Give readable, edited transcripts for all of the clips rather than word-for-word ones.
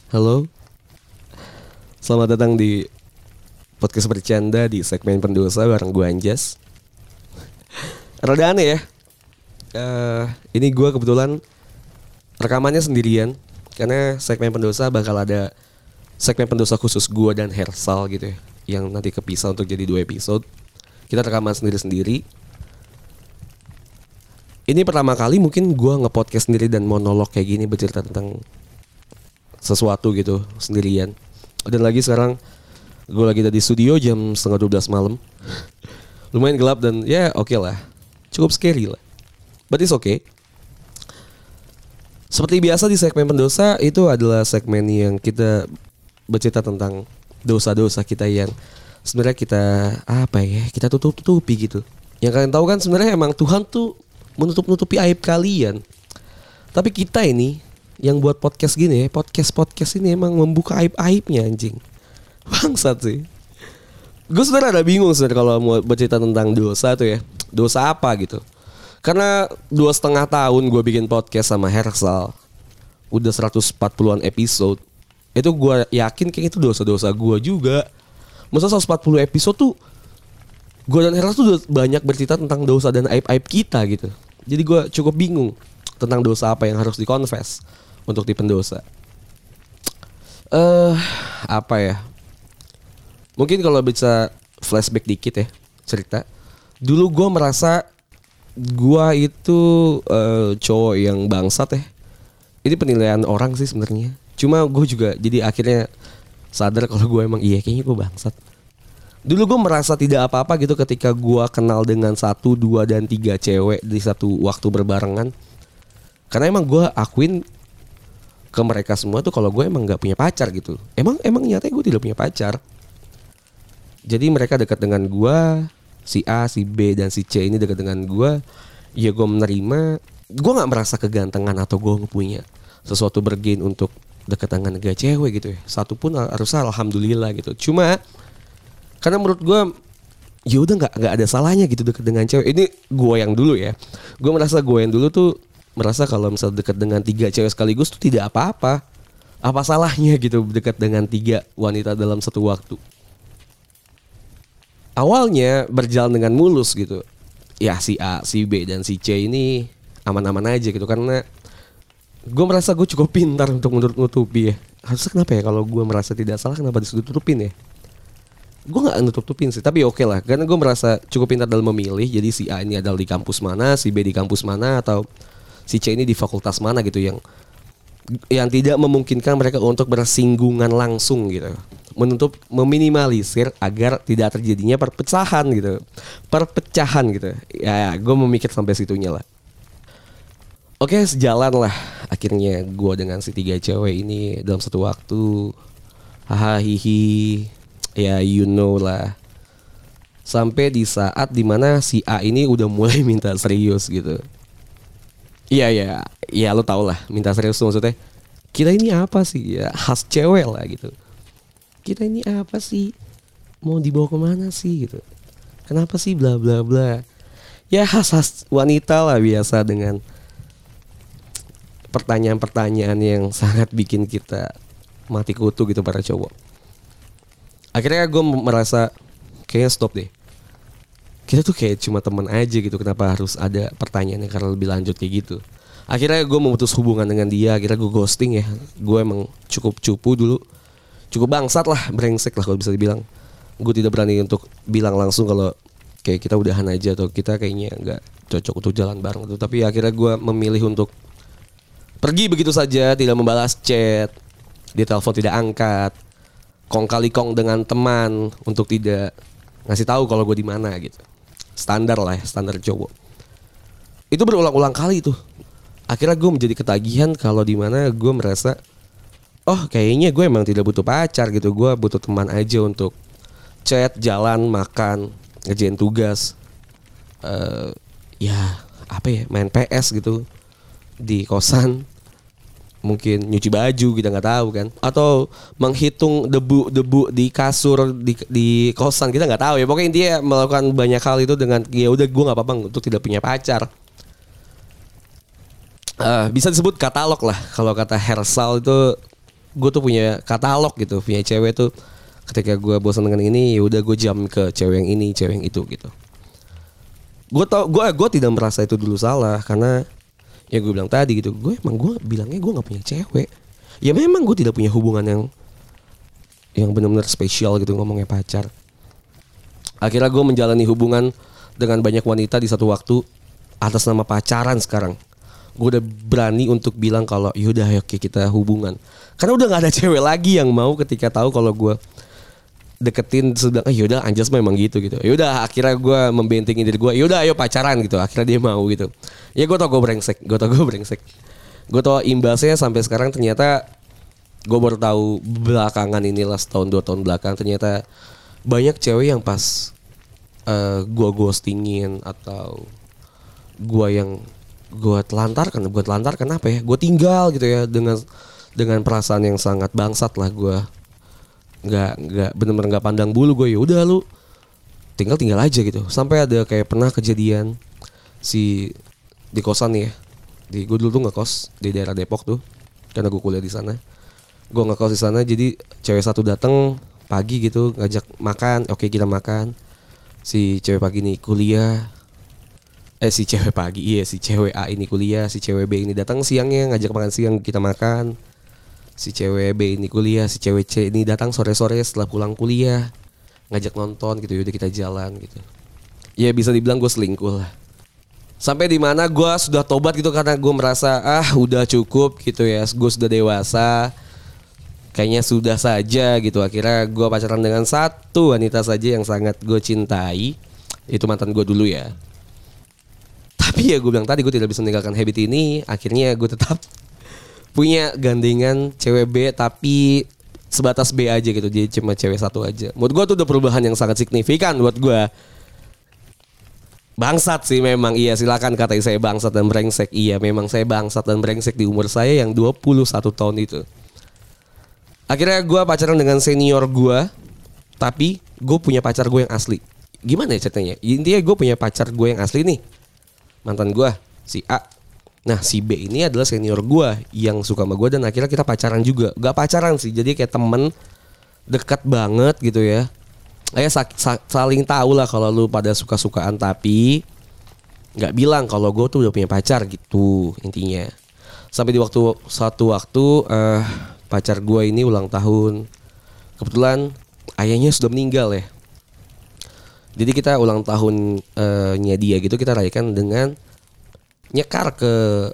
Halo, selamat datang di podcast bercanda di segmen pendosa bareng gue Anjas. Rada aneh ya. Ini gue kebetulan rekamannya sendirian karena segmen pendosa bakal ada segmen pendosa khusus gue dan Hersal gitu ya, yang nanti kepisah untuk jadi 2 episode. Kita rekaman sendiri-sendiri. Ini pertama kali mungkin gue nge-podcast sendiri dan monolog kayak gini, bercerita tentang sesuatu gitu sendirian. Dan lagi sekarang gue lagi ada di studio jam 11:30 malam. Lumayan gelap dan ya oke lah, cukup scary lah, but it's okay. Seperti biasa di segmen pendosa itu adalah segmen yang kita bercerita tentang dosa-dosa kita yang sebenarnya kita tutup-tutupi gitu. Yang kalian tahu kan sebenarnya emang Tuhan tuh menutup-nutupi aib kalian. Tapi kita ini yang buat podcast gini ya, podcast ini emang membuka aib-aibnya anjing. Bangsat sih. Gue sebenarnya ada bingung sebenarnya kalau mau bercerita tentang dosa tuh ya. Dosa apa gitu. Karena 2,5 tahun gue bikin podcast sama Hersal, udah 140-an episode. Itu gue yakin kayak itu dosa-dosa gue juga. Masa 140 episode tuh gue dan Hersal tuh udah banyak bercerita tentang dosa dan aib-aib kita gitu. Jadi gue cukup bingung tentang dosa apa yang harus dikonfes untuk di pendosa. Apa ya? Mungkin kalau bisa flashback dikit ya cerita. Dulu gue merasa gue itu cowok yang bangsat ya. Ini penilaian orang sih sebenarnya. Cuma gue juga jadi akhirnya sadar kalau gue emang kayaknya gue bangsat. Dulu gue merasa tidak apa-apa gitu ketika gue kenal dengan 1, 2, dan 3 cewek di satu waktu berbarengan. Karena emang gue akuin ke mereka semua tuh kalau gue emang gak punya pacar gitu. Emang nyatanya gue tidak punya pacar. Jadi mereka dekat dengan gue, si A, si B, dan si C ini dekat dengan gue. Ya gue menerima. Gue gak merasa kegantengan atau gue punya sesuatu bergen untuk dekat dengan 3 cewek gitu ya. Satu pun harusnya alhamdulillah gitu. Cuma karena menurut gue ya udah nggak ada salahnya gitu dekat dengan cewek. Ini gue yang dulu ya. Gue merasa gue yang dulu tuh merasa kalau misal dekat dengan 3 cewek sekaligus tuh tidak apa-apa. Apa salahnya gitu dekat dengan 3 wanita dalam satu waktu. Awalnya berjalan dengan mulus gitu. Ya si A, si B, dan si C ini aman-aman aja gitu. Karena gue merasa gue cukup pintar untuk menutupi ya. Harusnya kenapa ya kalau gue merasa tidak salah kenapa disuruh tutupin ya. Gue gak nutup-tutupin sih, tapi oke lah. Karena gue merasa cukup pintar dalam memilih. Jadi si A ini adalah di kampus mana, si B di kampus mana, atau si C ini di fakultas mana gitu. Yang tidak memungkinkan mereka untuk bersinggungan langsung gitu. Meminimalisir agar tidak terjadinya perpecahan gitu. Ya gue memikir sampai situnya lah. Oke, sejalan lah akhirnya gue dengan si 3 cewek ini dalam satu waktu. Haha hihi. Ya you know lah. Sampai di saat dimana si A ini udah mulai minta serius gitu. Iya lo tau lah minta serius tuh maksudnya. Kita ini apa sih ya, khas cewek lah gitu. Kita ini apa sih, mau dibawa kemana sih gitu. Kenapa sih bla bla bla. Ya khas wanita lah biasa dengan pertanyaan-pertanyaan yang sangat bikin kita mati kutu gitu para cowok. Akhirnya gue merasa kayaknya stop deh. Kita tuh kayak cuma teman aja gitu. Kenapa harus ada pertanyaan yang karena lebih lanjut kayak gitu. Akhirnya gue memutus hubungan dengan dia. Akhirnya gue ghosting ya. Gue emang cukup cupu dulu. Cukup bangsat lah, brengsek lah kalau bisa dibilang. Gue tidak berani untuk bilang langsung kalau kayak kita udahan aja atau kita kayaknya gak cocok untuk jalan bareng gitu. Tapi akhirnya gue memilih untuk pergi begitu saja. Tidak membalas chat. Dia telepon tidak angkat. Kong kali kong dengan teman untuk tidak ngasih tahu kalau gue di mana gitu. Standar lah ya, standar cowok. Itu berulang-ulang kali tuh. Akhirnya gue menjadi ketagihan kalau di mana gue merasa kayaknya gue emang tidak butuh pacar gitu. Gue butuh teman aja untuk chat, jalan, makan, ngerjain tugas. Main PS gitu di kosan. Mungkin nyuci baju kita nggak tahu kan, atau menghitung debu di kasur di kosan kita nggak tahu ya. Pokoknya intinya melakukan banyak hal itu dengan ya udah gue nggak apa-apa untuk tidak punya pacar. Bisa disebut katalog lah kalau kata Hersal itu gue tuh punya katalog gitu, punya cewek tuh. Ketika gue bosan dengan ini, ya udah gue jam ke cewek yang ini, cewek yang itu gitu. Gue tidak merasa itu dulu salah karena ya gue bilang tadi gitu, gue bilangnya gue nggak punya cewek. Ya memang gue tidak punya hubungan yang benar-benar spesial gitu ngomongnya pacar. Akhirnya gue menjalani hubungan dengan banyak wanita di satu waktu atas nama pacaran sekarang. Gue udah berani untuk bilang kalau yaudah oke kita hubungan. Karena udah gak ada cewek lagi yang mau ketika tahu kalau gue deketin sedang yaudah Anjas memang gitu. Yaudah akhirnya gue membentengi diri gue, yaudah ayo pacaran gitu. Akhirnya dia mau gitu. Ya gue tau gue brengsek. Gue tau imbasnya sampai sekarang ternyata gue baru tahu belakangan inilah setahun 2 tahun belakang ternyata banyak cewek yang pas gue ghostingin atau gue telantarkan apa ya? Gue tinggal gitu ya dengan perasaan yang sangat bangsat lah gue. Nggak bener-bener nggak pandang bulu gue. Ya udah lu tinggal aja gitu. Sampai ada kayak pernah kejadian di kosan nih ya. Gue dulu tuh ngekos di daerah Depok tuh karena gue kuliah di sana. Gue ngekos di sana jadi cewek satu datang pagi gitu ngajak makan. Oke kita makan. Si cewek pagi nih kuliah. Si cewek A ini kuliah, si cewek B ini datang siangnya ngajak makan siang kita makan. Si cewek B ini kuliah, si cewek C ini datang sore-sore setelah pulang kuliah ngajak nonton gitu, yaudah kita jalan gitu. Ya bisa dibilang gue selingkuh lah. Sampai di mana gue sudah tobat gitu karena gue merasa udah cukup gitu ya, gue sudah dewasa. Kayaknya sudah saja gitu. Akhirnya gue pacaran dengan satu wanita saja yang sangat gue cintai. Itu mantan gue dulu ya. Tapi ya gue bilang tadi gue tidak bisa meninggalkan habit ini. Akhirnya gue tetap punya gandengan cewek B tapi sebatas B aja gitu. Dia cuma cewek satu aja. Menurut gue tuh udah perubahan yang sangat signifikan buat gue. Bangsat sih memang. Iya silakan katain saya bangsat dan brengsek. Iya memang saya bangsat dan brengsek di umur saya yang 21 tahun itu. Akhirnya gue pacaran dengan senior gue. Tapi gue punya pacar gue yang asli. Gimana ya ceritanya? Intinya gue punya pacar gue yang asli nih. Mantan gue si A. Nah si B ini adalah senior gue yang suka sama gue dan akhirnya kita pacaran juga. Gak pacaran sih, jadi kayak temen dekat banget gitu ya. Saling tahu lah kalau lu pada suka-sukaan tapi gak bilang kalau gue tuh udah punya pacar gitu intinya. Sampai di suatu waktu pacar gue ini ulang tahun. Kebetulan ayahnya sudah meninggal ya. Jadi kita ulang tahunnya dia gitu kita rayakan dengan nyekar ke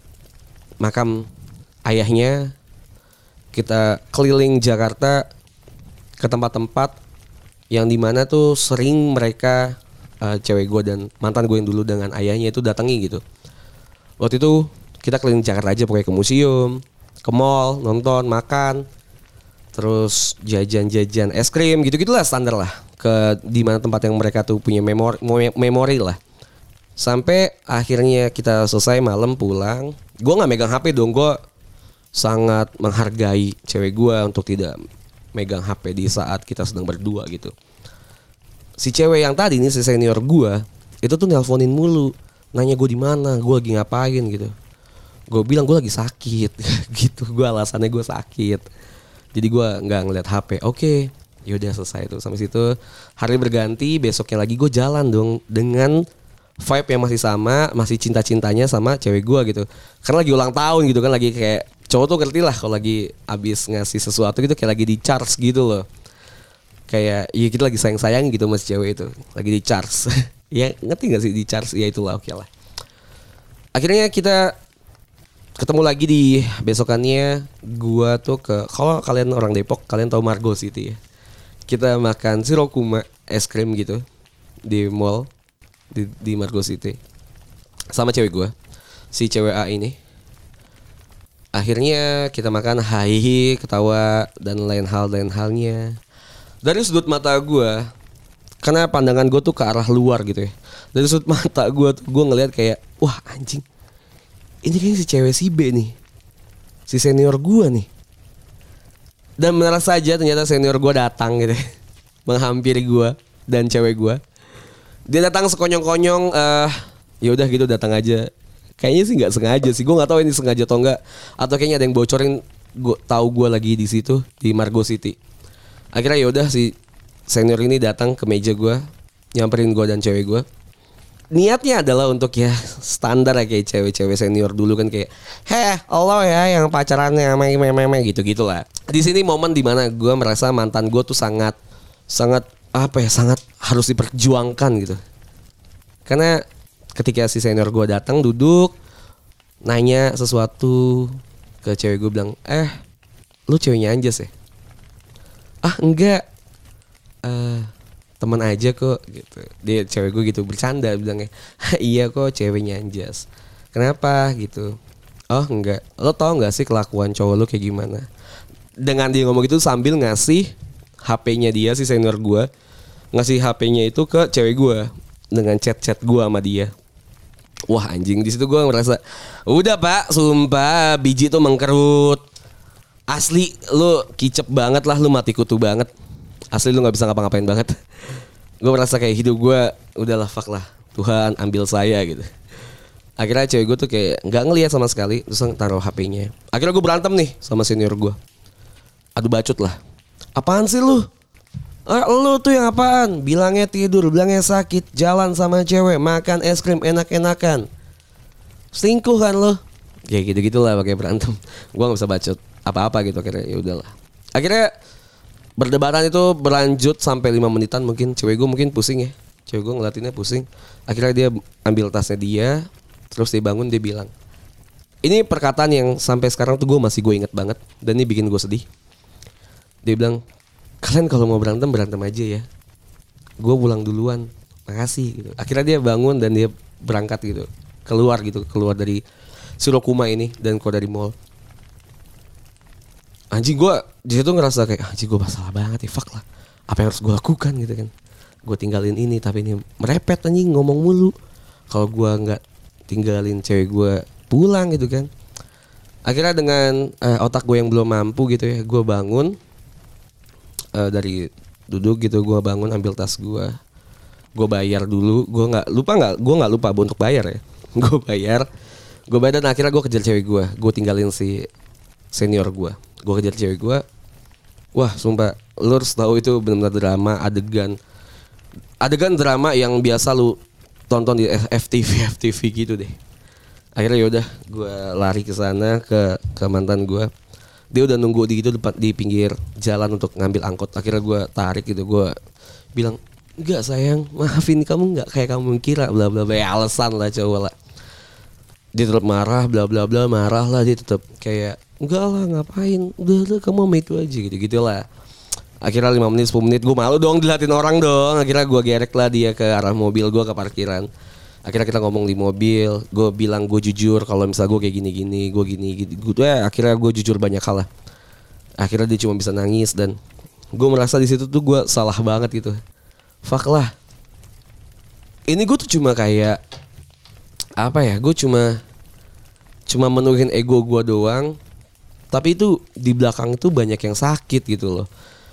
makam ayahnya. Kita keliling Jakarta ke tempat-tempat yang dimana tuh sering mereka cewek gue dan mantan gue yang dulu dengan ayahnya itu datangi gitu. Waktu itu kita keliling Jakarta aja pokoknya ke museum, ke mall, nonton, makan, terus jajan-jajan es krim gitu-gitulah standar lah. Ke di mana tempat yang mereka tuh punya memori lah. Sampai akhirnya kita selesai malam pulang. Gue nggak megang HP dong. Gue sangat menghargai cewek gue untuk tidak megang HP di saat kita sedang berdua gitu. Si cewek yang tadi nih si senior gue itu tuh nelponin mulu, nanya gue di mana, gue lagi ngapain gitu. Gue bilang gue lagi sakit gitu. Gue alasannya gue sakit. Jadi gue nggak ngeliat HP. Oke. Yaudah selesai tuh sampai situ. Hari berganti, besoknya lagi gue jalan dong dengan vibe yang masih sama, masih cinta-cintanya sama cewek gue gitu. Karena lagi ulang tahun gitu kan, lagi kayak cowok tuh ngerti lah kalau lagi abis ngasih sesuatu gitu kayak lagi di charge gitu loh. Kayak ya kita lagi sayang-sayang gitu sama si cewek itu, lagi di charge. Ya ngerti gak sih di charge? Ya itulah oke lah. Akhirnya kita ketemu lagi di besokannya. Gue tuh kalau kalian orang Depok, kalian tahu Margo City ya. Kita makan Shirokuma es krim gitu di mall di Margo City sama cewek gue, si cewek A ini. Akhirnya kita makan hahihi, ketawa dan lain halnya. Dari sudut mata gue, karena pandangan gue tuh ke arah luar gitu ya. Dari sudut mata gue tuh gue ngelihat kayak wah anjing, ini kayaknya si cewek si B nih, si senior gue nih. Dan benar saja ternyata senior gue datang gitu menghampiri gue dan cewek gue. Dia datang sekonyong-konyong, ya udah gitu datang aja. Kayaknya sih nggak sengaja sih, gue nggak tahu ini sengaja atau enggak, atau kayaknya ada yang bocorin gue lagi di situ di Margo City. Akhirnya yaudah si senior ini datang ke meja gue, nyamperin gue dan cewek gue. Niatnya adalah untuk ya standar ya kayak cewek-cewek senior dulu kan kayak, lo ya yang pacarannya meme gitu-gitulah. Di sini momen dimana gue merasa mantan gue tuh sangat sangat harus diperjuangkan gitu. Karena ketika si senior gue datang duduk nanya sesuatu ke cewek gue bilang, lu ceweknya Anjas ya? Enggak, teman aja kok gitu. Dia cewek gue gitu bercanda bilangnya, iya kok ceweknya Anjas. Kenapa gitu? Oh enggak, lo tau nggak sih kelakuan cowok lo kayak gimana? Dengan dia ngomong gitu sambil ngasih HP-nya dia si senior gue, ngasih HP-nya itu ke cewek gue dengan chat-chat gue sama dia. Wah anjing, di situ gue ngerasa udah pak, sumpah biji tuh mengkerut. Asli lu kicep banget lah, lu mati kutu banget. Asli lu nggak bisa ngapa-ngapain banget. Gue merasa kayak hidup gue udahlah fuck lah, Tuhan ambil saya gitu. Akhirnya cewek gue tuh kayak nggak ngelihat sama sekali, terus taruh HP-nya. Akhirnya gue berantem nih sama senior gue. Adu bacot lah. Apaan sih lu? Lu tuh yang apaan? Bilangnya tidur, bilangnya sakit, jalan sama cewek, makan es krim enak-enakan. Selingkuh kan lo? Ya gitu-gitulah pakai berantem. Gua enggak bisa bacot apa-apa gitu akhirnya ya udahlah. Akhirnya perdebatan itu berlanjut sampai 5 menitan mungkin. Cewek gue mungkin pusing ya. Cewek gue ngeliatinnya pusing. Akhirnya dia ambil tasnya dia, terus dia bangun dia bilang. Ini perkataan yang sampai sekarang tuh gue inget banget dan ini bikin gue sedih. Dia bilang, kalian kalau mau berantem aja ya. Gue pulang duluan, makasih gitu. Akhirnya dia bangun dan dia berangkat gitu, keluar dari Shirokuma ini dan keluar dari mall. Anjing gue di situ ngerasa kayak anjing gue masalah banget ya, fuck lah. Apa yang harus gue lakukan gitu kan? Gue tinggalin ini tapi ini merepet anjing ngomong mulu. Kalau gue nggak tinggalin cewek gue pulang gitu kan. Akhirnya dengan otak gue yang belum mampu gitu ya, gue bangun. Dari duduk gitu gue bangun ambil tas gue bayar dulu, gue nggak lupa untuk bayar ya. Gue bayar dan akhirnya gue kejar cewek gue tinggalin si senior gue kejar cewek gue. Wah sumpah lu harus tahu itu benar-benar drama, adegan drama yang biasa lu tonton di FTV gitu deh. Akhirnya yaudah gue lari ke sana ke mantan gue. Dia udah nunggu di pinggir jalan untuk ngambil angkot. Akhirnya gue tarik gitu, gue bilang, enggak sayang, maafin kamu enggak kayak kamu kira, bla bla bla. Ya alasan lah cowok lah. Dia tetap marah, bla bla bla, marah lah dia tetap kayak, enggak lah ngapain, udah kamu sama itu aja gitu lah. Akhirnya 5 menit 10 menit gue malu dong diliatin orang dong. Akhirnya gue gerek lah dia ke arah mobil gue ke parkiran. Akhirnya kita ngomong di mobil, gue bilang gue jujur kalau misalnya gue kayak gini, gue gini gitu ya. Akhirnya gue jujur banyak hal lah. Akhirnya dia cuma bisa nangis dan gue merasa di situ tuh gue salah banget gitu. Fuck lah. Ini gue tuh cuma kayak apa ya? Gue cuma menuhin ego gue doang. Tapi itu di belakang itu banyak yang sakit gitu loh.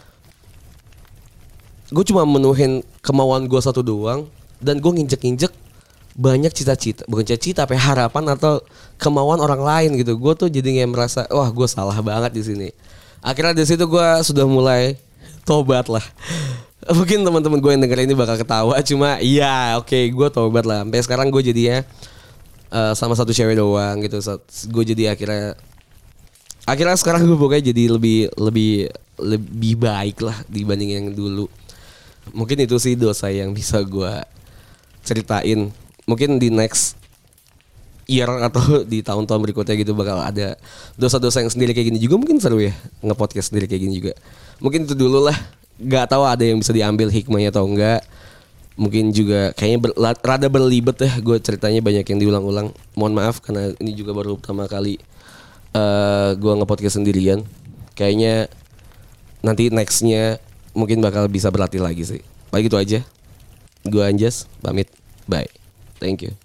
Gue cuma menuhin kemauan gue satu doang dan gue nginjek banyak cita-cita, bukan cita-cita, apa harapan atau kemauan orang lain gitu. Gue tuh jadi kayak merasa, wah gue salah banget di sini. Akhirnya di situ gue sudah mulai tobat lah. Mungkin teman-teman gue yang denger ini bakal ketawa, cuma iya oke, gue tobat lah. Sampai sekarang gue jadinya sama satu cewek doang gitu. Gue jadi akhirnya sekarang gue pokoknya jadi lebih baik lah dibanding yang dulu. Mungkin itu sih dosa yang bisa gue ceritain. Mungkin di next year atau di tahun-tahun berikutnya gitu bakal ada dosa-dosa yang sendiri kayak gini juga. Mungkin seru ya nge-podcast sendiri kayak gini juga. Mungkin itu dulu lah. Gak tahu ada yang bisa diambil hikmahnya atau enggak. Mungkin juga kayaknya rada berlibet ya. Gue ceritanya banyak yang diulang-ulang. Mohon maaf karena ini juga baru pertama kali gue nge-podcast sendirian. Kayaknya nanti nextnya mungkin bakal bisa berlatih lagi sih. Paling gitu aja. Gue Anjas, pamit. Bye. Thank you.